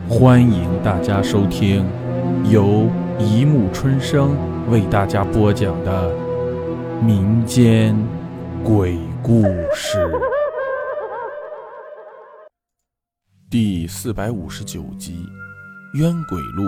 欢迎大家收听由一木春生为大家播讲的民间鬼故事第459集冤鬼录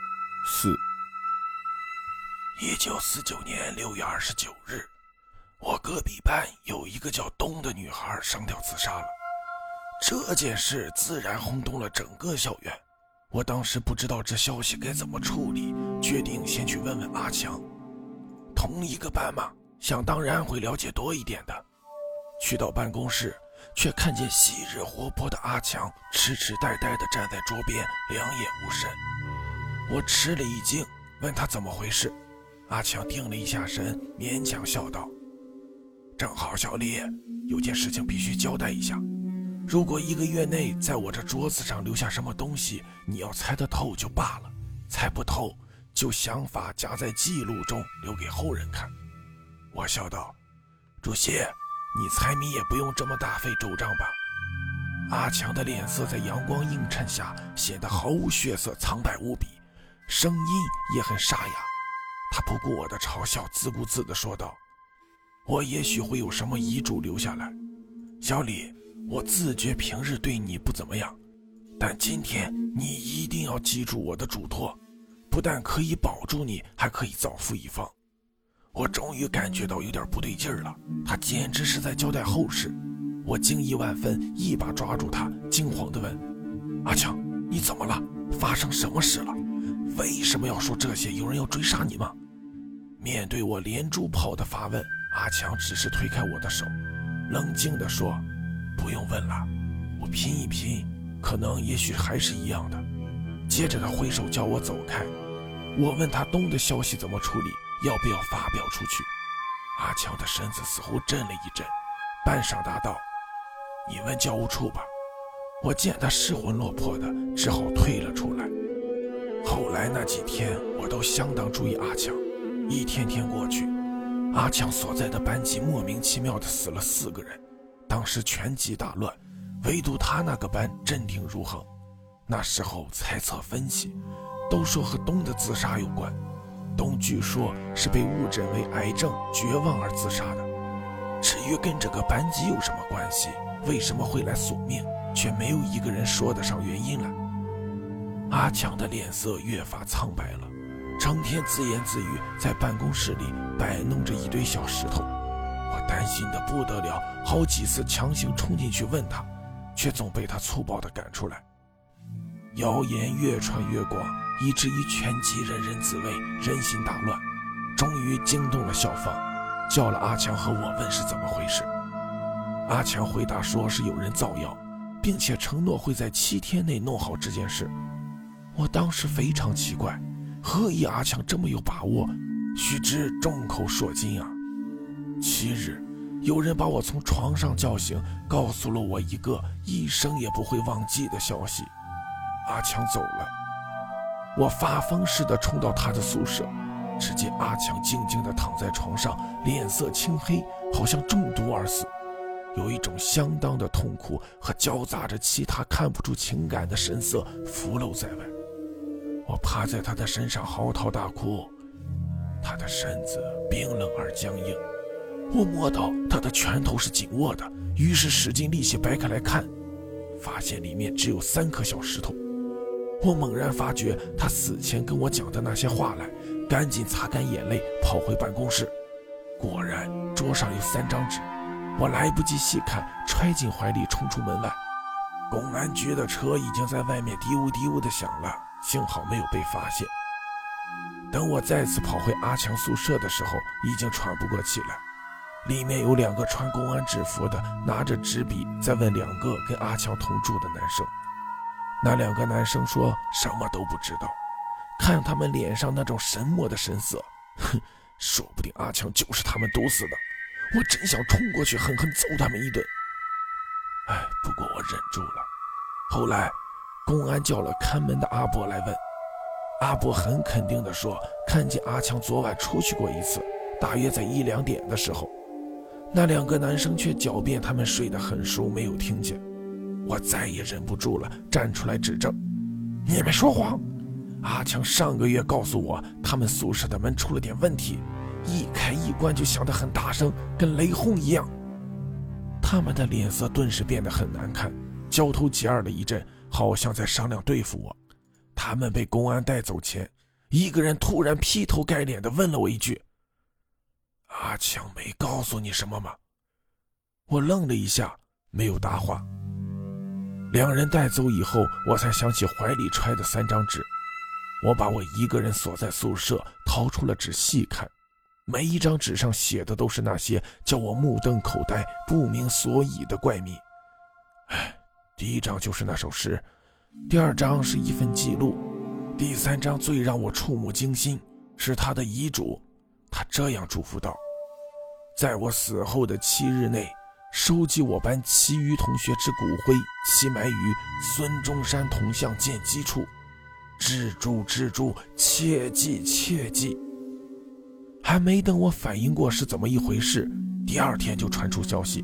4。1949年6月29日，我隔壁班有一个叫东的女孩上吊自杀了。这件事自然轰动了整个校园。我当时不知道这消息该怎么处理，决定先去问问阿强。同一个班嘛，想当然会了解多一点的。去到办公室，却看见昔日活泼的阿强痴痴呆呆地站在桌边，两眼无神。我吃了一惊，问他怎么回事。阿强定了一下神，勉强笑道：正好小李，有件事情必须交代一下。如果1个月内在我这桌子上留下什么东西，你要猜得透就罢了，猜不透就想法夹在记录中留给后人看。我笑道：主席，你猜谜也不用这么大费周章吧。阿强的脸色在阳光映衬下显得毫无血色，苍白无比，声音也很沙哑。他不顾我的嘲笑，自顾自地说道：我也许会有什么遗嘱留下来，小李，我自觉平日对你不怎么样，但今天你一定要记住我的嘱托，不但可以保住你，还可以造福一方。我终于感觉到有点不对劲儿了，他简直是在交代后事。我惊疑万分，一把抓住他，惊慌地问：阿强，你怎么了？发生什么事了？为什么要说这些？有人要追杀你吗？面对我连珠炮的发问，阿强只是推开我的手，冷静地说：不用问了，我拼一拼，可能也许还是一样的。接着他挥手叫我走开。我问他东的消息怎么处理，要不要发表出去。阿强的身子似乎震了一震，半晌答道：你问教务处吧。我见他失魂落魄的，只好退了出来。后来那几天我都相当注意阿强，一天天过去，阿强所在的班级莫名其妙的死了4个人，当时全级大乱，唯独他那个班镇定如恒。那时候猜测分析都说和东的自杀有关，东据说是被误诊为癌症绝望而自杀的。至于跟这个班级有什么关系，为什么会来索命，却没有一个人说得上原因来。阿强的脸色越发苍白了，成天自言自语，在办公室里摆弄着一堆小石头。我担心的不得了，好几次强行冲进去问他，却总被他粗暴地赶出来。谣言越传越广，以至于全级人人自危，人心大乱。终于惊动了校方，叫了阿强和我问是怎么回事。阿强回答说是有人造谣，并且承诺会在7天内弄好这件事。我当时非常奇怪，何以阿强这么有把握？须知众口铄金啊。7日，有人把我从床上叫醒，告诉了我一个一生也不会忘记的消息：阿强走了。我发疯似的冲到他的宿舍，只见阿强静静地躺在床上，脸色青黑，好像中毒而死，有一种相当的痛苦和交杂着其他看不出情感的神色浮露在外。我趴在他的身上嚎啕大哭，他的身子冰冷而僵硬。我摸到他的拳头是紧握的，于是使尽力气掰开来看，发现里面只有3颗小石头。我猛然发觉他死前跟我讲的那些话来，赶紧擦干眼泪，跑回办公室。果然桌上有3张纸，我来不及细看，揣进怀里冲出门外。公安局的车已经在外面嘀呜嘀呜地响了，幸好没有被发现。等我再次跑回阿强宿舍的时候，已经喘不过气来。里面有2个穿公安制服的，拿着纸笔在问2个跟阿强同住的男生。那2个男生说什么都不知道，看他们脸上那种神默的神色，说不定阿强就是他们毒死的。我真想冲过去狠狠揍他们一顿。不过我忍住了。后来公安叫了看门的阿伯来问，阿伯很肯定地说看见阿强昨晚出去过一次，大约在1、2点的时候。那2个男生却狡辩他们睡得很熟，没有听见。我再也忍不住了，站出来指证。 你们说谎！阿强上个月告诉我，他们宿舍的门出了点问题，一开一关就响得很大声，跟雷轰一样。他们的脸色顿时变得很难看，交头接耳了一阵，好像在商量对付我。他们被公安带走前，一个人突然劈头盖脸地问了我一句：阿强没告诉你什么吗？我愣了一下，没有答话。两人带走以后，我才想起怀里揣的3张纸。我把我一个人锁在宿舍，掏出了纸细看，每一张纸上写的都是那些叫我目瞪口呆、不明所以的怪秘。第一张就是那首诗，第2张是一份记录，第3张最让我触目惊心，是他的遗嘱。他这样嘱咐道：在我死后的7日内，收集我班其余同学之骨灰，其埋于孙中山铜像建基处。蜘蛛，切记切记！还没等我反应过是怎么一回事，第2天就传出消息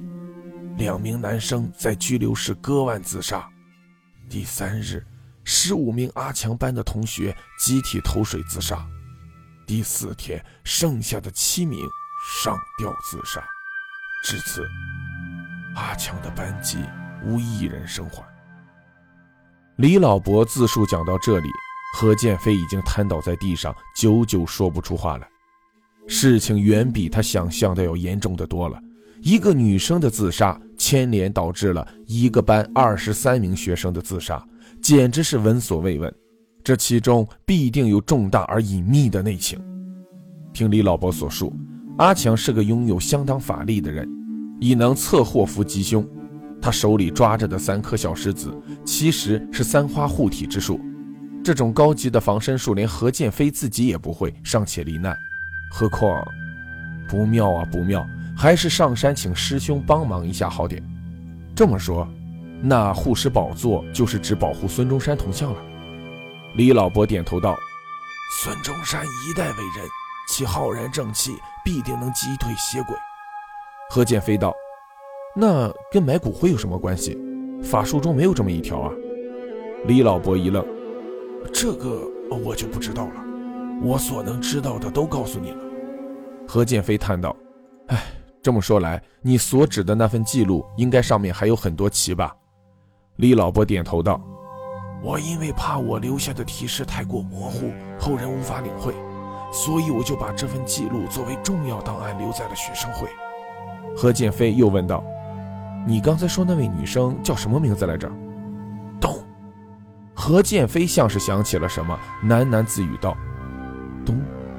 ，2名男生在拘留室割腕自杀。第3日，15名阿强班的同学集体投水自杀。第4天，剩下的7名上吊自杀。至此，阿强的班级无一人生还。李老伯自述讲到这里，何建飞已经瘫倒在地上，久久说不出话来。事情远比他想象的要严重的多了，一个女生的自杀牵连导致了一个班23名学生的自杀，简直是闻所未闻。这其中必定有重大而隐秘的内情。听李老伯所述，阿强是个拥有相当法力的人，已能测祸福吉凶。他手里抓着的3颗小石子，其实是3花护体之术。这种高级的防身术，连何建飞自己也不会，尚且罹难，何况……不妙啊，不妙！还是上山请师兄帮忙一下好点。这么说，那护石宝座就是指保护孙中山铜像了。李老伯点头道：孙中山一代伟人，其浩然正气必定能击退邪鬼。何建飞道：那跟埋骨灰有什么关系？法术中没有这么一条啊。李老伯一愣：这个我就不知道了，我所能知道的都告诉你了。何建飞叹道：这么说来，你所指的那份记录应该上面还有很多棋吧？李老伯点头道：我因为怕我留下的提示太过模糊，后人无法领会，所以我就把这份记录作为重要档案留在了学生会。何建飞又问道：你刚才说那位女生叫什么名字来着？东。何建飞像是想起了什么，喃喃自语道：东。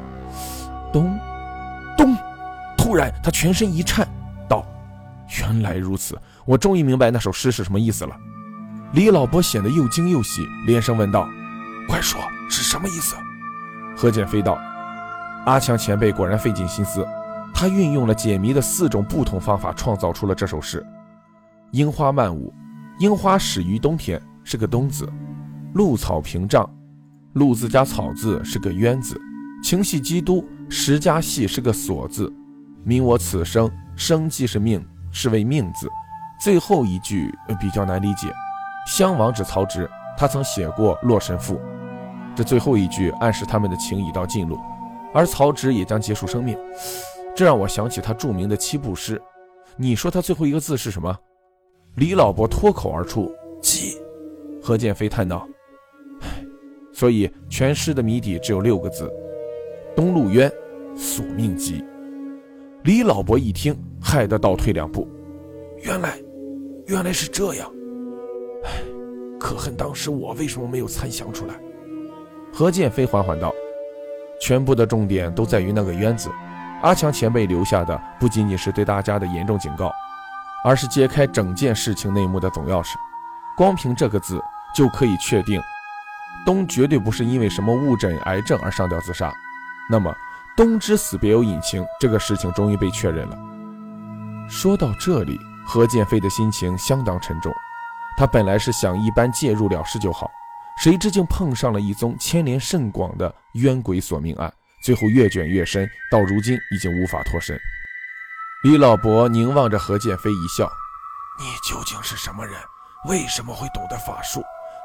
突然他全身一颤，道：原来如此，我终于明白那首诗是什么意思了。李老伯显得又惊又喜，连声问道：快说，是什么意思？何建飞道：阿强前辈果然费尽心思，他运用了解谜的4种不同方法，创造出了这首诗。樱花漫舞，樱花始于冬天，是个冬字；露草屏障，露字加草字是个渊字；情系基督，时加系是个所字；明我此生，生即是命，是为命字。最后一句比较难理解，襄王指曹植，他曾写过《洛神赋》，这最后一句暗示他们的情已到尽路，而曹植也将结束生命。这让我想起他著名的7步诗，你说他最后一个字是什么？李老伯脱口而出：鸡。何建飞叹道：所以全诗的谜底只有6个字：东陆渊，索命鸡。李老伯一听，害得倒退2步，原来是这样。可恨当时我为什么没有参详出来？何建飞缓缓道：全部的重点都在于那个渊字，阿强前辈留下的不仅仅是对大家的严重警告，而是揭开整件事情内幕的总钥匙。光凭这个字就可以确定，东绝对不是因为什么误诊癌症而上吊自杀。那么东之死别有隐情，这个事情终于被确认了。说到这里，何建飞的心情相当沉重。他本来是想一般介入了事就好，谁知竟碰上了一宗牵连甚广的冤鬼索命案，最后越卷越深，到如今已经无法脱身。李老伯凝望着何建飞一笑：你究竟是什么人？为什么会懂得法术？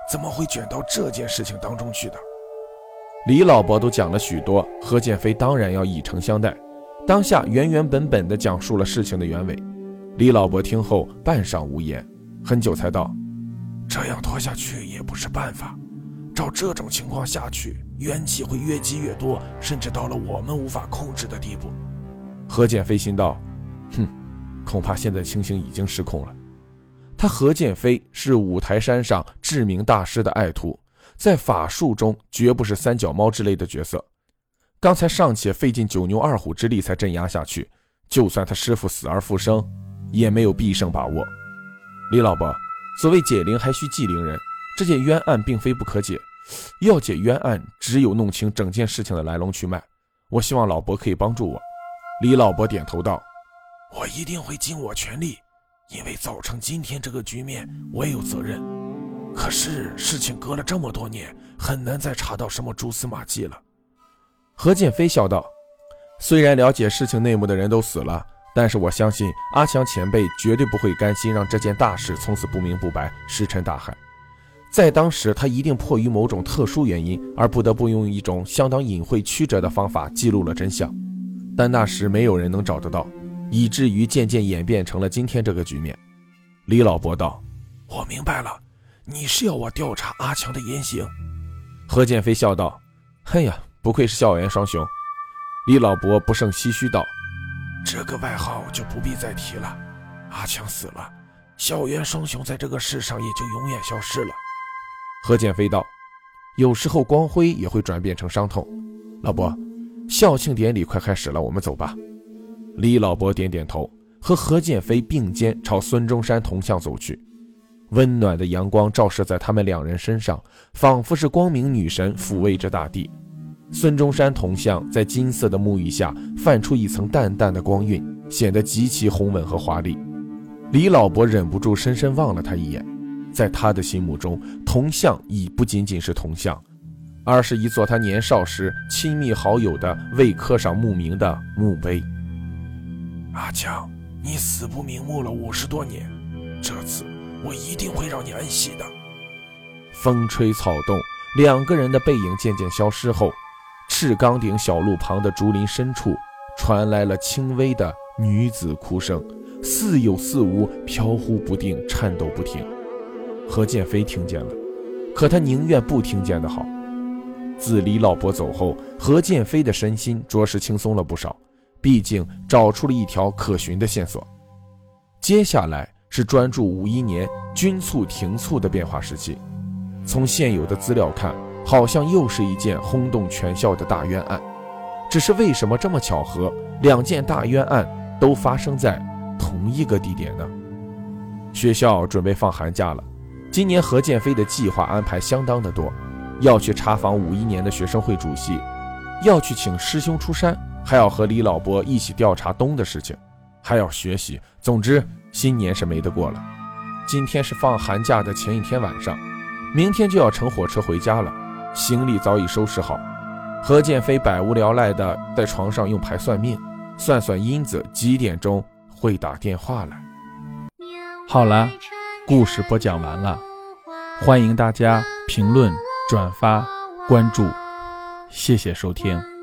怎么会卷到这件事情当中去的？ 李老伯都讲了许多，何建飞当然要以诚相待，当下原本地讲述了事情的原委。李老伯听后半晌无言，很久才道： 这样拖下去也不是办法，照这种情况下去，怨气会越积越多，甚至到了我们无法控制的地步。 何建飞心道：恐怕现在情形已经失控了。他何建飞是五台山上知名大师的爱徒，在法术中绝不是三脚猫之类的角色。刚才尚且费尽九牛二虎之力才镇压下去，就算他师父死而复生，也没有必胜把握。李老伯，所谓解铃还须系铃人，这件冤案并非不可解，要解冤案，只有弄清整件事情的来龙去脉。我希望老伯可以帮助我。李老伯点头道： 我一定会尽我全力，因为造成今天这个局面，我也有责任。可是事情隔了这么多年，很难再查到什么蛛丝马迹了。 何建飞笑道：虽然了解事情内幕的人都死了，但是我相信阿强前辈绝对不会甘心让这件大事从此不明不白，石沉大海。在当时，他一定迫于某种特殊原因，而不得不用一种相当隐晦曲折的方法记录了真相，但那时没有人能找得到，以至于渐渐演变成了今天这个局面。李老伯道： 我明白了，你是要我调查阿强的言行。 何建飞笑道：哎呀，不愧是校园双雄。李老伯不胜唏嘘道： 这个外号就不必再提了，阿强死了，校园双雄在这个世上也就永远消失了。 何建飞道：有时候光辉也会转变成伤痛。老伯，校庆典礼快开始了，我们走吧。李老伯点点头，和何建飞并肩朝孙中山铜像走去。温暖的阳光照射在他们两人身上，仿佛是光明女神抚慰着大地。孙中山铜像在金色的沐浴下泛出一层淡淡的光晕，显得极其宏伟和华丽。李老伯忍不住深深望了他一眼，在他的心目中，铜像已不仅仅是铜像，而是一座他年少时亲密好友的未刻上墓名的墓碑。 阿强，你死不瞑目了50多年，这次我一定会让你安息的。 风吹草动，两个人的背影渐渐消失后，赤岗顶小路旁的竹林深处传来了轻微的女子哭声，似有似无，飘忽不定，颤抖不停。何建飞听见了，可他宁愿不听见的好。自李老伯走后，何建飞的身心着实轻松了不少，毕竟找出了一条可循的线索。接下来是专注51年军促停促的变化时期。从现有的资料看，好像又是一件轰动全校的大冤案，只是为什么这么巧合，两件大冤案都发生在同一个地点呢？学校准备放寒假了，今年何建飞的计划安排相当的多，要去查访51年的学生会主席，要去请师兄出山，还要和李老伯一起调查东的事情，还要学习。总之新年是没得过了。今天是放寒假的前一天晚上，明天就要乘火车回家了，行李早已收拾好。何建飞百无聊赖地在床上用牌算命，算算英子几点钟会打电话来。 好了，故事播讲完了，欢迎大家评论、转发、关注，谢谢收听。